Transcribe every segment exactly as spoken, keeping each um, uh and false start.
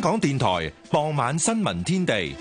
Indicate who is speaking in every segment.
Speaker 1: 港電台傍晚新聞天地。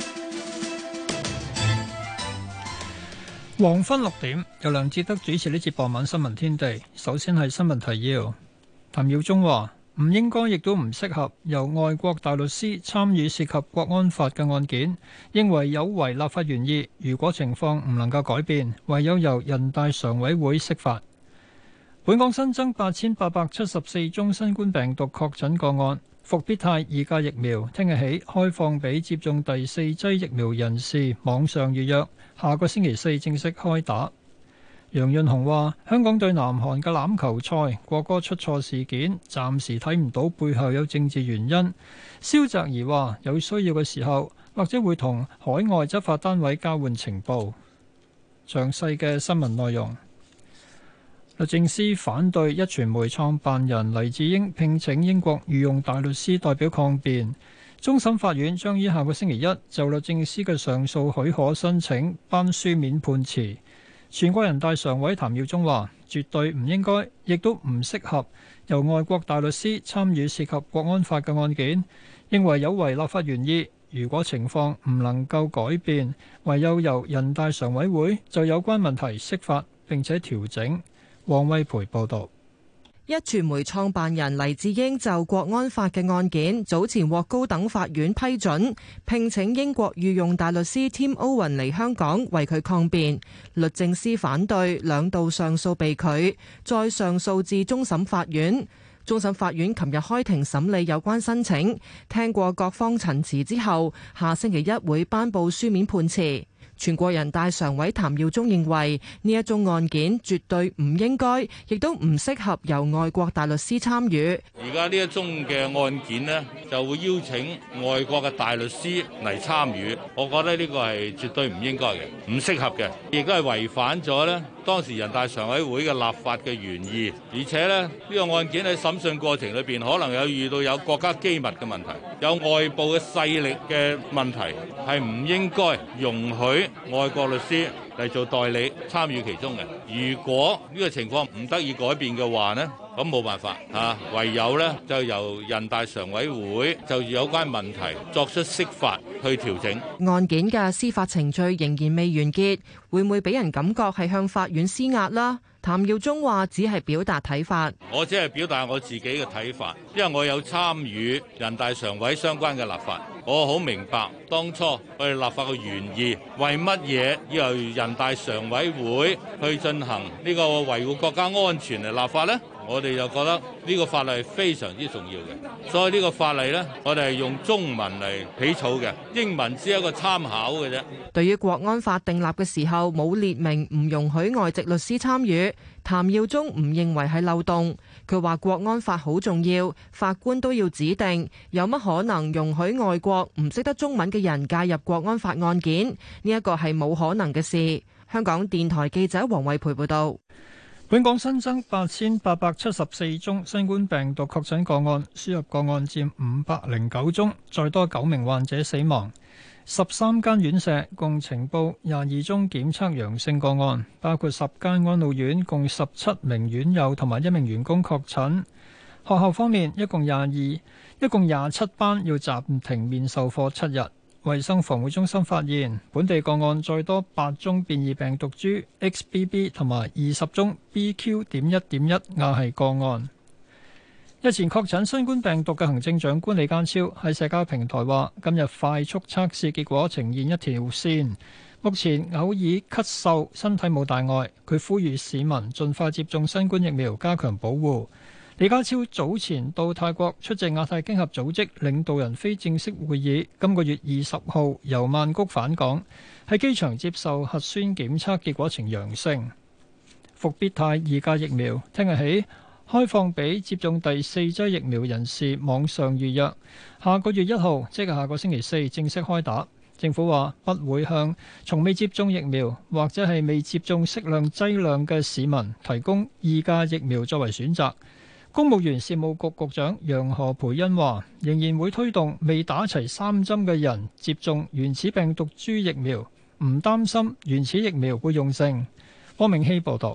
Speaker 2: 黃昏六點，由梁志德主持呢節傍晚新聞天地。首先係新聞提要。譚耀宗話唔應該亦都唔適合由外國大律師參與涉及國安法嘅案件，認為有違立法原意。如果情況唔能夠改變，唯有由人大常委會釋法。本港新增八千八百七十四宗新冠病毒確診個案。復必泰二價疫苗聽日起開放俾接種第四劑疫苗人士網上預約，下個星期四正式開打。楊潤雄話：香港對南韓嘅欖球賽國歌出錯事件，暫時睇唔到背後有政治原因。蕭澤頤話：有需要嘅時候，或者會同海外執法單位交換情報。詳細嘅新聞內容。律政司反對壹傳媒創辦人黎智英聘請英國御用大律師代表抗辯，終審法院將於下個星期一就律政司嘅上訴許可申請頒書面判詞。全國人大常委譚耀宗話：絕對唔應該，亦都唔適合由外國大律師參與涉及國安法嘅案件，認為有違立法原意。如果情況唔能夠改變，唯有由人大常委會就有關問題釋法並且調整。王威培報道。
Speaker 3: 壹傳媒創辦人黎智英就國安法嘅案件，早前獲高等法院批准聘請英國御用大律師 Tim Owen 嚟香港為佢抗辯，律政司反對，兩度上訴被拒，再上訴至終審法院。終審法院琴日開庭審理有關申請，聽過各方陳詞之後，下星期一會頒布書面判詞。全國人大常委譚耀宗認為呢一宗案件絕對唔應該，亦都唔適合由外國大律師參與。
Speaker 4: 而家呢一宗嘅案件呢，就會邀請外國嘅大律師嚟參與，我覺得呢個係絕對唔應該嘅，唔適合嘅，亦都係違反咗呢當時人大常委會嘅立法嘅原意。而且呢，呢個案件喺審訊過程裏邊可能有遇到有國家機密嘅問題，有外部嘅勢力嘅問題，係唔應該容許外國律師嚟做代理參與其中嘅。如果呢個情況唔得以改變嘅話呢，咁冇辦法啊，唯有呢就由人大常委會就有關問題作出釋法去調整。
Speaker 3: 案件嘅司法程序仍然未完結，會唔會俾人感覺係向法院施壓啦？譚耀宗話只係表達睇法，
Speaker 4: 我只係表達我自己嘅睇法，因為我有參與人大常委相關嘅立法，我好明白當初我哋立法嘅原意，為乜嘢要由人大常委會去進行呢個維護國家安全嚟立法呢？我哋就覺得呢個法例係非常之重要嘅，所以呢個法例呢，我哋係用中文嚟起草嘅，英文只係一個參考嘅啫。
Speaker 3: 對於國安法訂立嘅時候冇列明唔容許外籍律師參與，譚耀宗唔認為係漏洞。佢話國安法好重要，法官都要指定，有乜可能容許外國唔識得中文嘅人介入國安法案件？呢一個係冇可能嘅事。香港電台記者黃慧培報道。
Speaker 2: 本港新增八千八百七十四宗新冠病毒確診個案，輸入個案佔五百零九宗，再多九名患者死亡。十三間院舍共呈報廿二宗檢測陽性個案，包括十間安老院共十七名院友同埋一名員工確診。學校方面，一共廿二，一共廿七班要暫停面授課七日。衛生防護中心發現本地個案再多八宗變異病毒株 X B B 同埋二十宗 B Q 點一點一亞系個案。日前確診新冠病毒嘅行政長官李家超喺社交平台話，今日快速測試結果呈現一條線，目前偶爾咳嗽，身體冇大礙。佢呼籲市民盡快接種新冠疫苗，加強保護。李家超早前到泰國出席亞太經合組織領導人非正式會議，今個月二十號由曼谷返港，喺機場接受核酸檢測，結果呈陽性。復必泰二價疫苗聽日起開放俾接種第四劑疫苗人士網上預約，下個月一號即係下個星期四正式開打。政府話不會向從未接種疫苗或者係未接種適量劑量嘅市民提供二價疫苗作為選擇。公務員事務局局長楊何蓓茵話，仍然會推動未打齊三針嘅人接種原始病毒株疫苗，唔擔心原始疫苗會用剩。汪明希報導。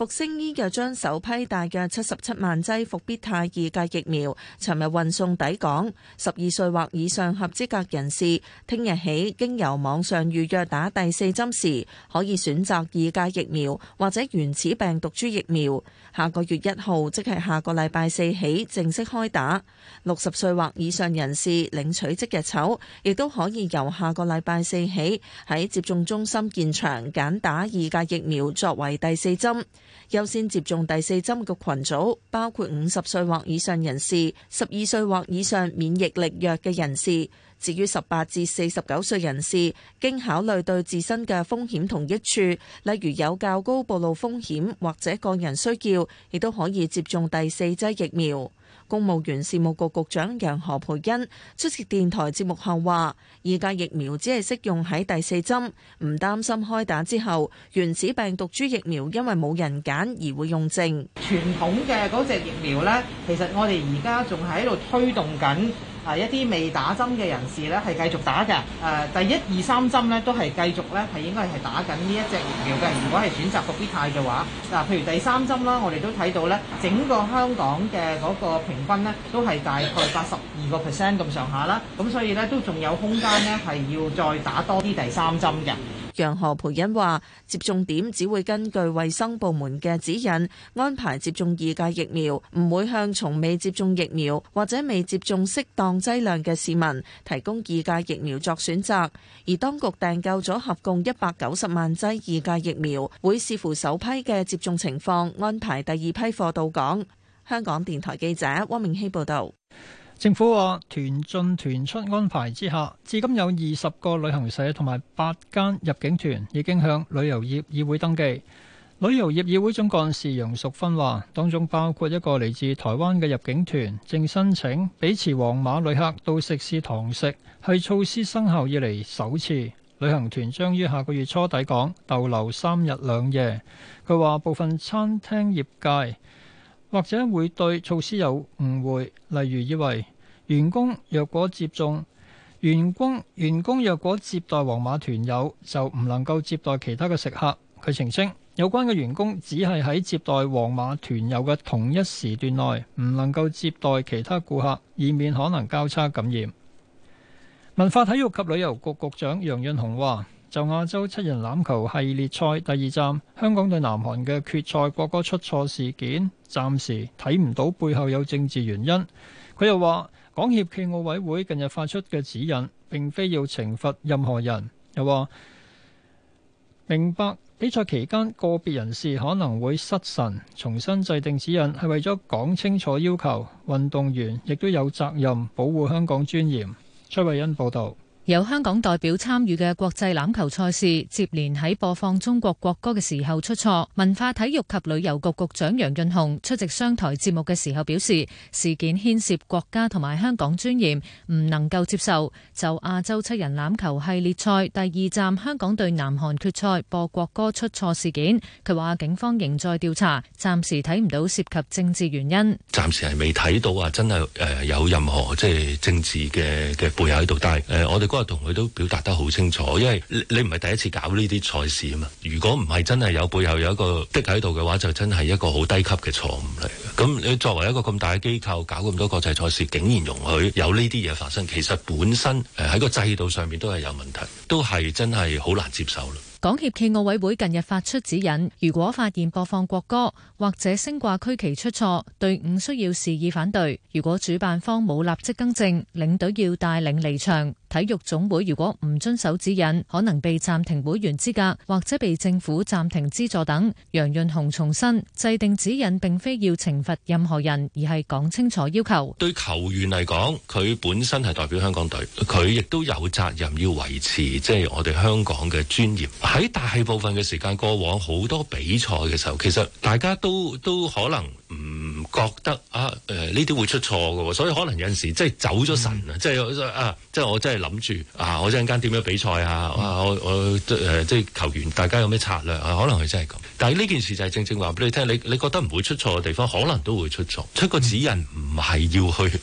Speaker 5: 復星醫藥將首批大約七十七萬劑復必泰二價疫苗，尋日運送抵港。十二歲或以上合資格人士，聽日起經由網上預約打第四針時，可以選擇二價疫苗或者原始病毒株疫苗。下個月一號，即係下個禮拜四起正式開打。六十歲或以上人士領取即日籌，亦都可以由下個禮拜四起喺接種中心現場揀打二價疫苗作為第四針。優先接種第四針嘅群組包括五十歲或以上人士、十二歲或以上免疫力弱嘅人士。至於十八至四十九歲人士，經考慮對自身嘅風險同益處，例如有較高暴露風險或者個人需要，亦都可以接種第四劑疫苗。公務員事務局局長楊何蓓茵出席電台節目後話，二價疫苗只係適用喺第四針，唔擔心開打之後原始病毒株疫苗因為冇人揀而會用剩。
Speaker 6: 傳統嘅嗰隻疫苗呢，其實我哋而家仲喺度推動緊。啊！一啲未打針嘅人士咧，係繼續打嘅。誒、呃，第一、二、三針咧，都係繼續咧，係應該係打緊呢一隻疫苗嘅。如果係選擇復必泰嘅話，嗱、啊，譬如第三針啦，我哋都睇到咧，整個香港嘅嗰個平均咧，都係大概八十二個 percent 咁上下啦。咁所以咧，都仲有空間咧，係要再打多啲第三針嘅。
Speaker 5: 楊何蓓茵話：接種點只會根據衛生部門嘅指引安排接種二價疫苗，唔會向從未接種疫苗或者未接種適當劑量嘅市民提供二價疫苗作選擇。而當局訂購咗合共一百九十萬劑二價疫苗，會視乎首批嘅接種情況安排第二批貨到港。香港電台記者汪明熙報道。
Speaker 2: 政府話團進團出安排之下，至今有二十個旅行社同埋八間入境團已經向旅遊業議會登記。旅遊業議會總幹事楊淑芬話，當中包括一個嚟自台灣嘅入境團，正申請俾持黃碼旅客到食肆堂食，係措施生效以嚟首次。旅行團將於下個月初抵港，逗留三日兩夜。佢話部分餐廳業界或者會對措施有誤會，例如以為員工若果接種員工員工若果接待黃碼團友就唔能夠接待其他嘅食客。佢澄清，有關嘅員工只係喺接待黃碼團友嘅同一時段內，唔能夠接待其他顧客，以免可能交叉感染。文化體育及旅遊局局長楊潤雄話，就亞洲七人欖球系列賽第二站香港對南韓嘅決賽國歌出錯事件，暫時睇唔到背後有政治原因。佢又話，港協暨奧委會近日發出嘅指引並非要懲罰任何人，又話明白比賽期間個別人士可能會失神，重新制定指引係為咗講清楚要求，運動員亦都有責任保護香港尊嚴。崔慧欣報道。
Speaker 7: 有香港代表參與嘅國際欖球賽事，接連喺播放中國國歌嘅時候出錯。文化體育及旅遊局局長楊潤雄出席商台節目嘅時候表示，事件牽涉國家同埋香港尊嚴，唔能夠接受。就亞洲七人欖球系列賽第二站香港對南韓決賽播國歌出錯事件，佢話警方仍在調查，暫時睇唔到涉及政治原因。
Speaker 8: 暫時係未睇到啊，真係誒有任何即係政治嘅嘅背後喺度，但係誒我哋嗰日同佢都表達得好清楚，因為你唔係第一次搞呢啲賽事啊嘛。如果唔係真係有背後有一個的喺度嘅話，就真係一個好低級嘅錯誤嚟嘅。咁你作為一個咁大嘅機構搞咁多國際賽事，竟然容許有呢啲嘢發生，其實本身誒喺個制度上面都係有問題，都係真係好難接受咯。
Speaker 7: 港協暨奧委會近日發出指引，如果發現播放國歌或者升掛區旗出錯，隊伍需要示意反對。如果主辦方冇立即更正，領隊要帶領離場。體育總會如果唔遵守指引，可能被暫停會員資格，或者被政府暫停資助等。楊潤雄重申，制定指引並非要懲罰任何人，而係講清楚要求。
Speaker 8: 對球員嚟講，佢本身係代表香港隊，佢亦都有責任要維持即係我哋香港嘅尊嚴。喺大部分嘅時間，過往好多比賽嘅時候，其實大家都都可能唔覺得啊誒呢啲會出錯嘅，所以可能有陣時即係走咗神啊，即係啊即係我真係諗住啊，我陣間點樣比賽啊？啊，我我誒、呃、即係球員大家有咩策略啊？可能係真係咁。但係呢件事就係正正話俾你聽，你你覺得唔會出錯嘅地方，可能都會出錯。出個指引唔係要去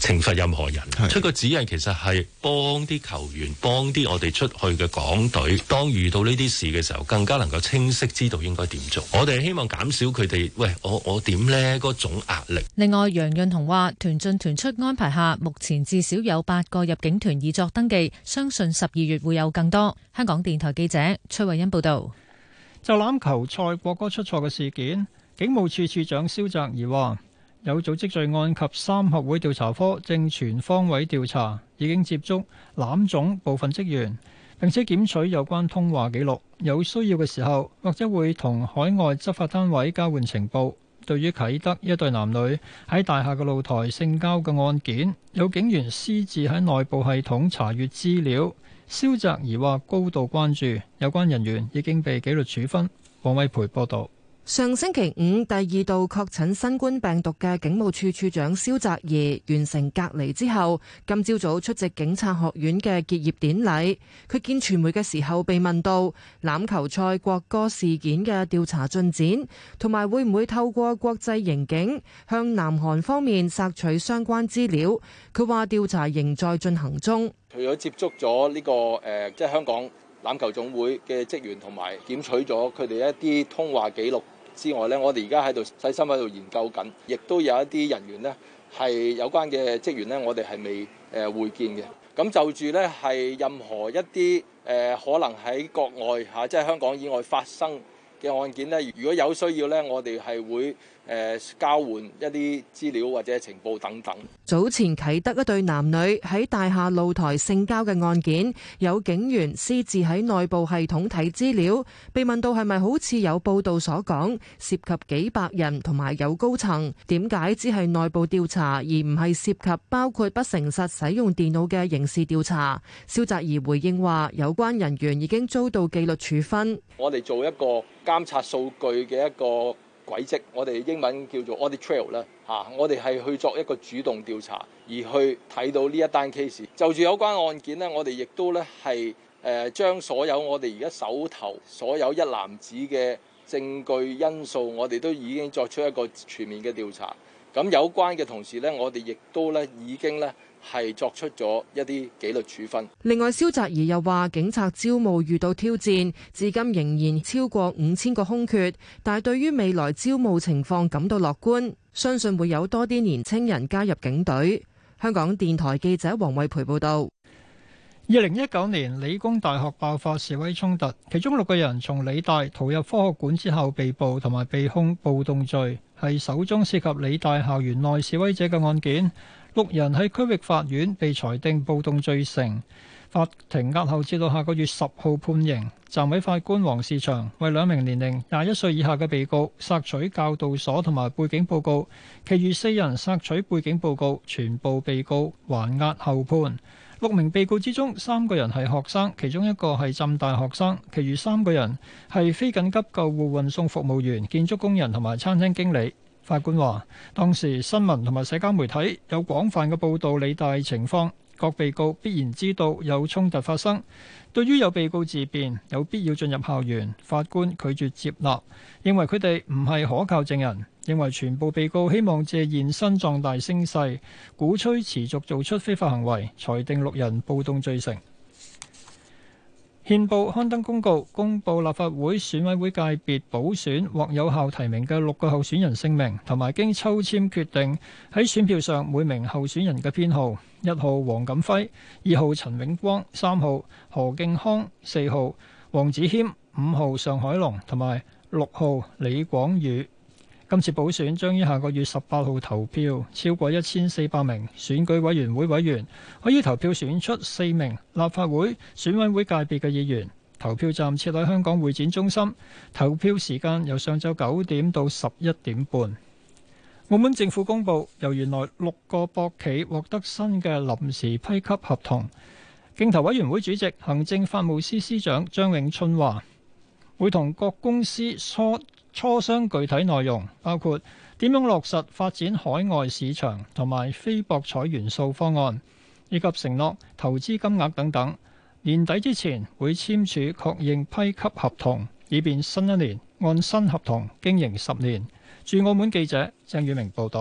Speaker 8: 懲罰任何人。出個指引其實係幫啲球員，幫啲我哋出去嘅港隊，當遇到呢啲事嘅時候，更加能夠清晰知道應該點做。我哋希望減少佢哋喂我我點呢嗰種壓力。
Speaker 7: 另外，楊潤雄話團進團出安排下，目前至少有八個入境團已作登記，相信十二月會有更多。香港電台記者崔慧欣報道。
Speaker 2: 就欖球賽國歌出錯嘅事件，警務處處長蕭澤頤話，有組織罪案及三合會調查科正全方位調查，已經接觸欖總部分職員，並且檢取有關通話記錄，有需要嘅時候或者會同海外執法單位交換情報。對於啟德一對男女喺大廈嘅露台性交嘅案件，有警員私自喺內部系統查閱資料。蕭澤頤話高度關注，有關人員已經被紀律處分。黃偉培報道。
Speaker 3: 上星期五第二度確診新冠病毒嘅警務處處長蕭澤頤完成隔離之後，今朝早出席警察學院嘅結業典禮。佢見傳媒嘅時候被問到欖球賽國歌事件嘅調查進展，同埋會唔會透過國際刑警向南韓方面索取相關資料。佢話調查仍在進行中。
Speaker 9: 除咗接觸咗呢個誒，即係香港欖球總會嘅職員，同埋檢取咗佢哋一啲通話記錄之外呢，我哋而家喺度細心喺度研究緊，亦都有一啲人員呢係有關嘅職員呢，我哋係未誒會見嘅。咁就住呢係任何一啲誒可能喺國外嚇，即係香港以外發生嘅案件呢，如果有需要呢，我哋係會誒交換一啲資料或者情報等等。
Speaker 3: 早前啟德一對男女喺大廈露台性交嘅案件，有警員私自喺內部系統睇資料，被問到係咪好似有報道所講，涉及幾百人同埋有高層，點解只係內部調查而唔係涉及包括不誠實使用電腦嘅刑事調查？蕭澤頤回應話，有關人員已經遭到紀律處分。
Speaker 9: 我哋做一個監察數據嘅一個軌跡，我哋英文叫做 audit trail 啦，嚇，我哋係去作一個主動調查，而去睇到呢一單 case。就住有關案件呢，我哋亦都咧係誒將所有我哋而家手頭所有一籃子嘅證據因素，我哋都已經作出一個全面嘅調查。咁有關嘅同時呢，我哋亦都咧已經咧係作出咗一啲紀律處分。
Speaker 3: 另外，蕭澤頤又話，警察招募遇到挑戰，至今仍然超過五千個空缺，但係對於未來招募情況感到樂觀，相信會有多啲年青人加入警隊。香港電台記者黃慧培報道。
Speaker 2: 二零一九年理工大學爆發示威衝突，其中六個人從理大逃入科學館之後被捕同埋被控暴動罪，係首宗涉及理大校園內示威者嘅案件。六人喺區域法院被裁定暴動罪成，法庭押後至到下個月十號判刑。暫委法官黃士祥為兩名年齡廿一歲以下嘅被告索取教導所同埋背景報告，其餘四人索取背景報告，全部被告還押後判。六名被告之中，三個人係學生，其中一個係浸大學生，其餘三個人係非緊急救護運送服務員、建築工人同埋餐廳經理。法官話，當時新聞同埋社交媒體有廣泛嘅報導理大情況，各被告必然知道有衝突發生。對於有被告自辯有必要進入校園，法官拒絕接納，認為佢哋唔係可靠證人，認為全部被告希望借現身壯大聲勢，鼓吹持續做出非法行為，裁定六人暴動罪成。憲報刊登公告，公布立法會選委會界別補選獲有效提名嘅六個候選人姓名，同埋經抽籤決定喺選票上每名候選人嘅編號：一號黃錦輝，二號陳永光，三號何敬康，四號黃子謙，五號尚海龍，同埋六號李廣宇。今次補選將於下個月十八號投票，超過一千四百名選舉委員會委員可以投票選出四名立法會選委會界別嘅議員。投票站設喺香港會展中心，投票時間由上晝九點到十一點半。澳門政府公布，由原來六個博企獲得新嘅臨時批給合同。競投委員會主席、行政法務司司長張永春話，會同各公司初磋商具體內容，包括點樣落實發展海外市場同埋非博彩元素方案，以及承諾投資金額等等。年底之前會簽署確認批給合同，以便新一年按新合同經營十年。駐澳門記者鄭宇明報道。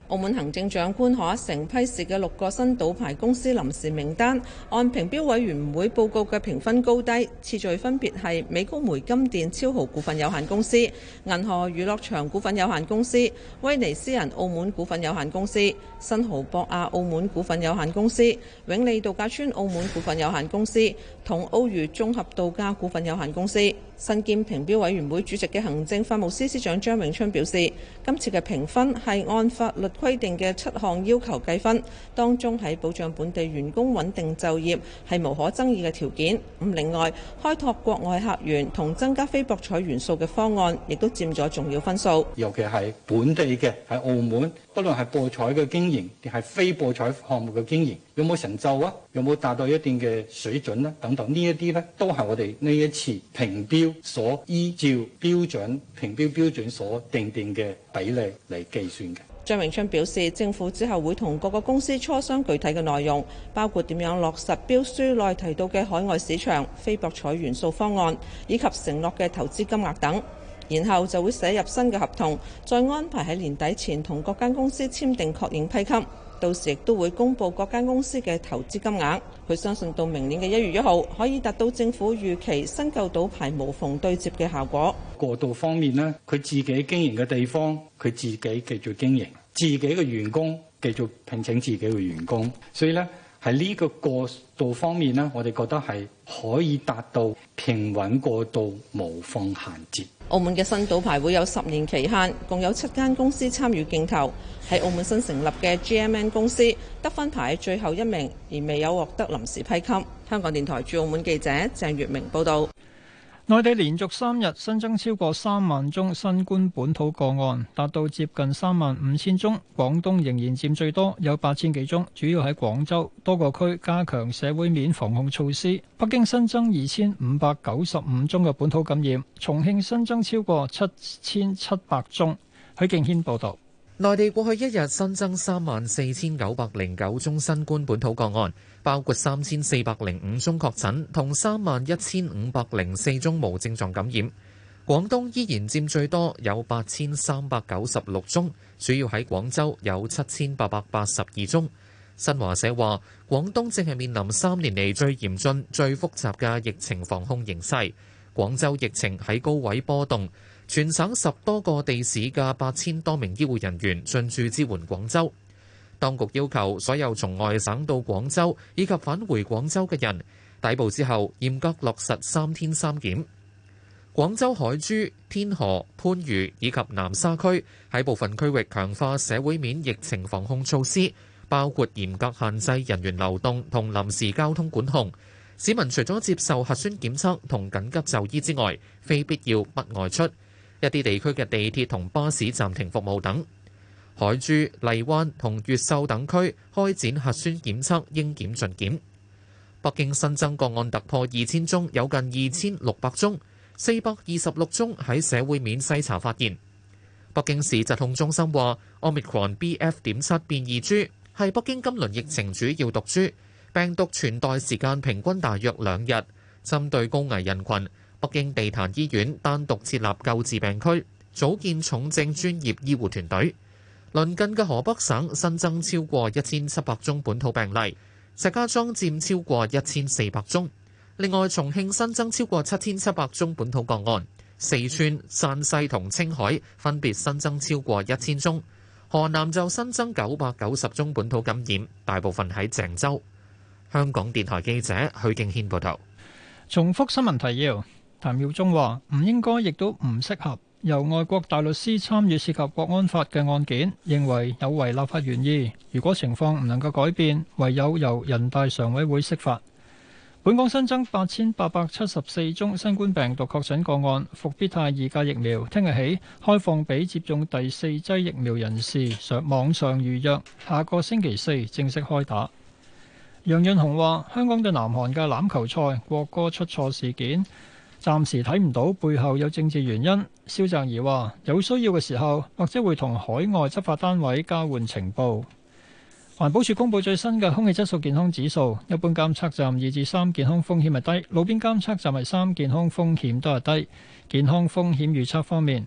Speaker 10: 澳門行政長官賀一誠批示嘅六個新賭牌公司臨時名單，按評標委員會報告嘅評分高低次序分別係美高梅金殿超豪股份有限公司、銀河娛樂場股份有限公司、威尼斯人澳門股份有限公司、新濠博亞澳門股份有限公司、永利度假村澳門股份有限公司同澳娛綜合度假股份有限公司。身兼評標委員會主席嘅行政法務司司長張永春表示，今次嘅評分係按法律規定嘅七項要求計分，當中喺保障本地員工穩定就業係無可爭議嘅條件。咁另外，開拓國外客源同增加非博彩元素嘅方案，亦都佔咗重要分數。
Speaker 11: 尤其係本地嘅喺澳門，不論係博彩嘅經營定係非博彩項目嘅經營，有冇成就啊？有冇達到一定嘅水準呢？等等呢一啲呢，都係我哋呢一次評標所依照標準評標標準所定定嘅比例嚟計算嘅。
Speaker 10: 張榮春表示，政府之後會同各個公司磋商具體嘅內容，包括點樣落實標書內提到嘅海外市場、非博彩元素方案，以及承諾嘅投資金額等。然後就會寫入新嘅合同，再安排喺年底前同各間公司簽訂確認批給。到時亦都會公布各間公司嘅投資金額。佢相信到明年嘅一月一號可以達到政府預期新舊賭牌無縫對接嘅效果。
Speaker 11: 過渡方面呢，佢自己經營嘅地方，佢自己繼續經營，自己嘅員工繼續聘請自己嘅員工。所以呢，喺呢個過渡方面呢，我哋覺得係可以達到平穩過渡，無縫銜接。
Speaker 10: 澳門嘅新賭牌會有十年期限，共有七間公司參與競投。喺澳門新成立嘅 G M N 公司得分排最後一名，而未有獲得臨時批給。香港電台駐澳門記者鄭月明報道。
Speaker 2: 內地連續三日新增超過三萬宗新冠本土個案，達到接近三萬五千宗。廣東仍然佔最多，有八千幾宗，主要喺廣州。多個區加強社會面防控措施。北京新增二千五百九十五宗嘅本土感染，重慶新增超過七千七百宗。許敬軒報導。
Speaker 12: 內地過去一日新增三萬四千九百零九宗新冠本土個案，包括三千四百零五宗確診同三萬一千五百零四宗無症狀感染。廣東依然佔最多，有八千三百九十六宗，主要喺廣州有七千八百八十二宗。新華社話，廣東正係面臨三年嚟最嚴峻、最複雜嘅疫情防控形勢。廣州疫情喺高位波動。全省十多個地市嘅八千多名醫護人員進駐支援廣州。當局要求所有從外省到廣州以及返回廣州嘅人，抵埗之後嚴格落實三天三檢。廣州海珠、天河、番禺以及南沙區喺部分區域強化社會面疫情防控措施，包括嚴格限制人員流動同臨時交通管控。市民除咗接受核酸檢測同緊急就醫之外，非必要不外出。一啲地區嘅地鐵同巴士暫停服務等。海珠、荔灣同越秀等區開展核酸檢測應檢盡檢。北京新增個案突破二千宗，有近二千六百宗，四百二十六宗喺社會面篩查發現。北京市疾控中心話 Omicron B F 點七變異株係北京今輪疫情主要毒株，病毒傳代時間平均大約兩日。針對高危人群，北京地壇醫院單獨設立救治病區，組建重症專業醫護團隊。鄰近嘅河北省新增超過一千七百宗本土病例，石家莊佔超過一千四百宗。另外，重慶新增超過七千七百宗本土個案，四川、山西同青海分別新增超過一千宗。河南就新增九百九十宗本土感染，大部分喺鄭州。香港電台記者許敬軒報道。
Speaker 2: 重複新聞提要。譚耀宗話唔應該，亦都唔適合由外國大律師參與涉及國安法嘅案件，認為有違立法原意。如果情況唔能夠改變，唯有由人大常委會釋法。本港新增八千八百七十四宗新冠病毒確診個案，復必泰二價疫苗聽日起開放俾接種第四劑疫苗人士上網上預約，下個星期四正式開打。楊潤雄話：香港對南韓嘅欖球賽國歌出錯事件，暫時睇唔到背後有政治原因。蕭澤頤話：有需要嘅時候，或者會同海外執法單位交換情報。環保署公布最新嘅空氣質素健康指數，一般監測站二至三，健康風險係低，路邊監測站係三，健康風險都係低。健康風險預測方面，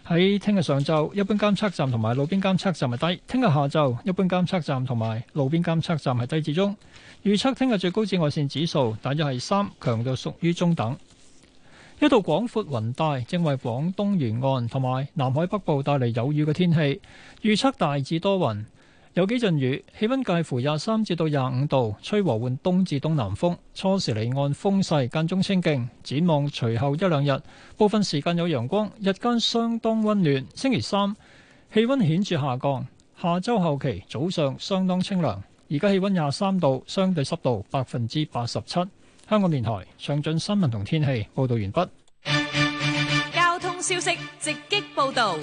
Speaker 2: 喺聽日上晝，一般監測站同埋路邊監測站係低；聽日下晝，一般監測站同埋路邊監測站係低至中。預測聽日最高紫外線指數大約係三，強度屬於中等。一道廣闊雲帶正為廣東沿岸同埋南海北部帶嚟有雨嘅天氣，預測大致多雲，有幾陣雨，氣溫介乎廿三至到廿五度，吹和緩東至東南風，初時離岸風勢間中清勁。展望隨後一兩日，部分時間有陽光，日間相當溫暖。星期三氣溫顯著下降，下周後期早上相當清涼。而家氣溫廿三度，相對濕度百分之八十七。香港電台詳盡新聞同天氣報道完畢。
Speaker 13: 交通消息直擊報道。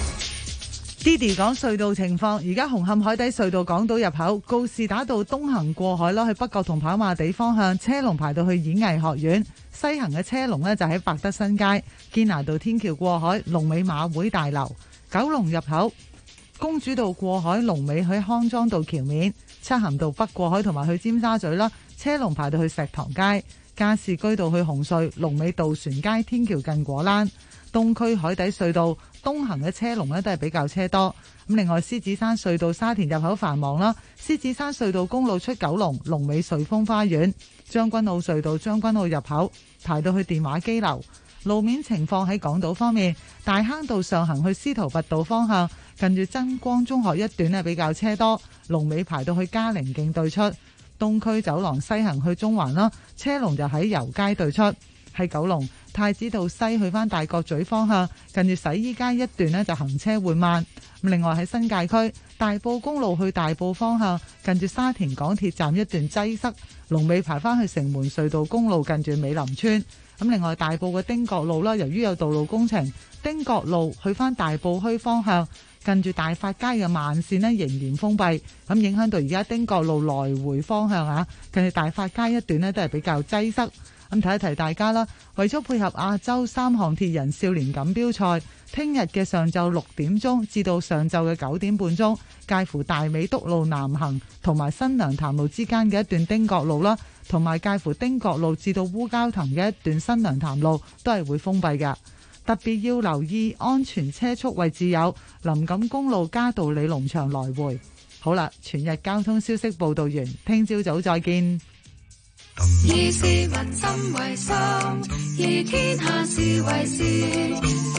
Speaker 14: Diddy 講隧道情況，而家紅磡海底隧道港島入口告士打道東行過海啦，去北角同跑馬地方向車龍排到去演藝學院；西行嘅車龍呢就喺百德新街堅拿道天橋過海，龍尾馬會大樓。九龍入口公主道過海，龍尾去康莊道橋面；漆咸道北過海同埋去尖沙咀啦，車龍排到去石塘街。加士居道去紅隧，龍尾渡船街天橋近果欄。東區海底隧道東行嘅車龍呢都係比較車多。咁另外獅子山隧道沙田入口繁忙啦，獅子山隧道公路出九龍，龍尾瑞豐花園。將軍澳隧道將軍澳入口排到去電話機樓。路面情況喺港島方面，大坑道上行去司徒拔道方向，近住真光中學一段呢比較車多，龍尾排到去嘉陵徑對出。東區走廊西行去中環啦，車龍就喺油街對出。喺九龍太子道西去返大角咀方向，近住洗衣街一段呢就行車緩慢。另外喺新界區大埔公路去大埔方向，近住沙田港鐵站一段擠塞，龍尾排返去城門隧道公路近住美林村。咁另外大埔嘅汀角路啦，由於有道路工程，汀角路去返大埔墟方向，近住大發街嘅慢線呢仍然封閉，咁影響到而家汀角路來回方向啊，近住大發街一段呢都係比較擠塞。咁提一提大家啦，為咗配合亞洲三項鐵人少年錦標賽，聽日嘅上晝六點鐘至到上晝嘅九點半鐘，介乎大美督路南行同埋新娘潭路之間嘅一段汀角路啦，同埋介乎汀角路至到烏蛟騰嘅一段新娘潭路都係會封閉嘅。特別要留意安全車速位置有林錦公路嘉道理農場來回。好啦，全日交通消息報道完，聽朝早再見。
Speaker 15: 以市民心為心，以天下事為事。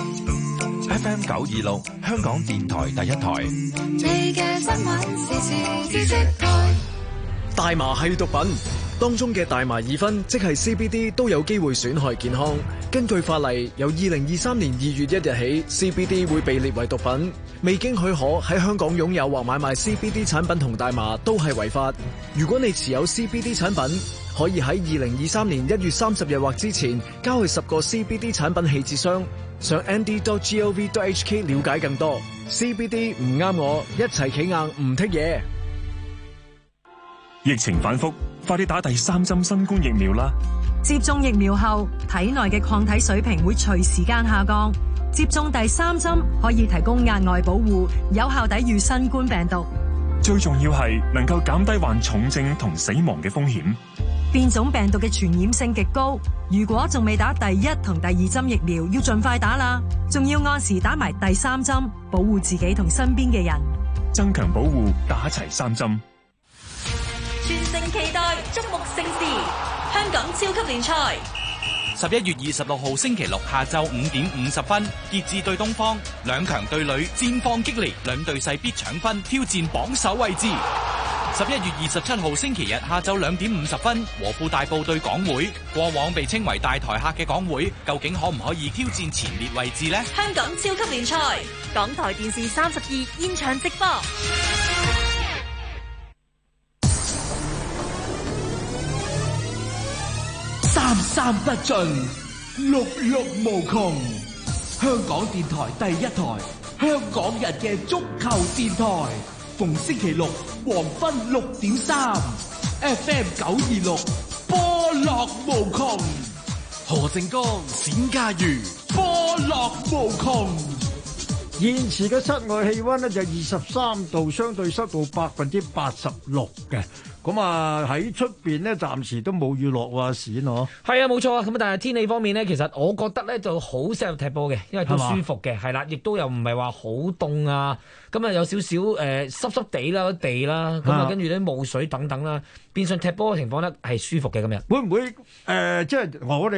Speaker 1: F M 九二六，香港電台第一台。
Speaker 15: 你嘅新聞時事知識台。
Speaker 16: 大麻係毒品，當中嘅大麻二酚即係 C B D 都有機會損害健康。根據法例，由二零二三年二月一日起 ，C B D 會被列為毒品。未經許可喺香港擁有或買賣 C B D 產品同大麻都係違法。如果你持有 C B D 產品，可以喺二零二三年一月三十日或之前交去十個 C B D 產品棄置箱。上 n d dot gov dot h k 了解更多。C B D 唔啱我，一齊企硬唔剔嘢。
Speaker 17: 疫情反覆，快啲打第三針新冠疫苗啦！
Speaker 18: 接種疫苗後，體內嘅抗體水平會隨時間下降。接種第三針可以提供額外保護，有效抵禦新冠病毒。
Speaker 17: 最重要係能夠減低患重症同死亡嘅風險。
Speaker 18: 變種病毒嘅傳染性極高，如果仲未打第一同第二針疫苗，要盡快打啦。仲要按時打埋第三針，保護自己同身邊嘅人。
Speaker 17: 增強保護，打齊三針。
Speaker 13: 全城期待，矚目盛事，香港超級聯賽。
Speaker 19: 十一月二十六號星期六下晝五點五十分，傑志對東方，兩強對壘，戰況激烈，兩隊勢必搶分，挑戰榜首位置。十一月二十七號星期日下晝兩點五十分，和富大埔對港會，過往被稱為大台客嘅港會，究竟可唔可以挑戰前列位置呢？
Speaker 13: 香港超級聯賽，港台電視三十二現場直播。
Speaker 20: 三三不盡，六六無窮。香港電台第一台，香港人嘅足球電台。逢星期六黃昏六點三 ，F M 九二六，波樂無窮。何靖江、冼家瑜，波樂無窮。
Speaker 21: 現時嘅室外氣溫呢就二十三度，相對濕度百分之八十六嘅。咁啊喺出邊呢，暫時都冇雨落喎，閃咯。
Speaker 22: 係啊，冇錯啊。咁但係天氣方面呢，其實我覺得咧就好適合踢波嘅，因為都舒服嘅，係啦，亦都又唔係話好凍啊。咁啊有少少誒濕濕地啦地啦，咁啊跟住啲霧水等等啦，變相踢波嘅情況咧係舒服嘅今日。
Speaker 21: 會唔會誒、呃、即係我哋？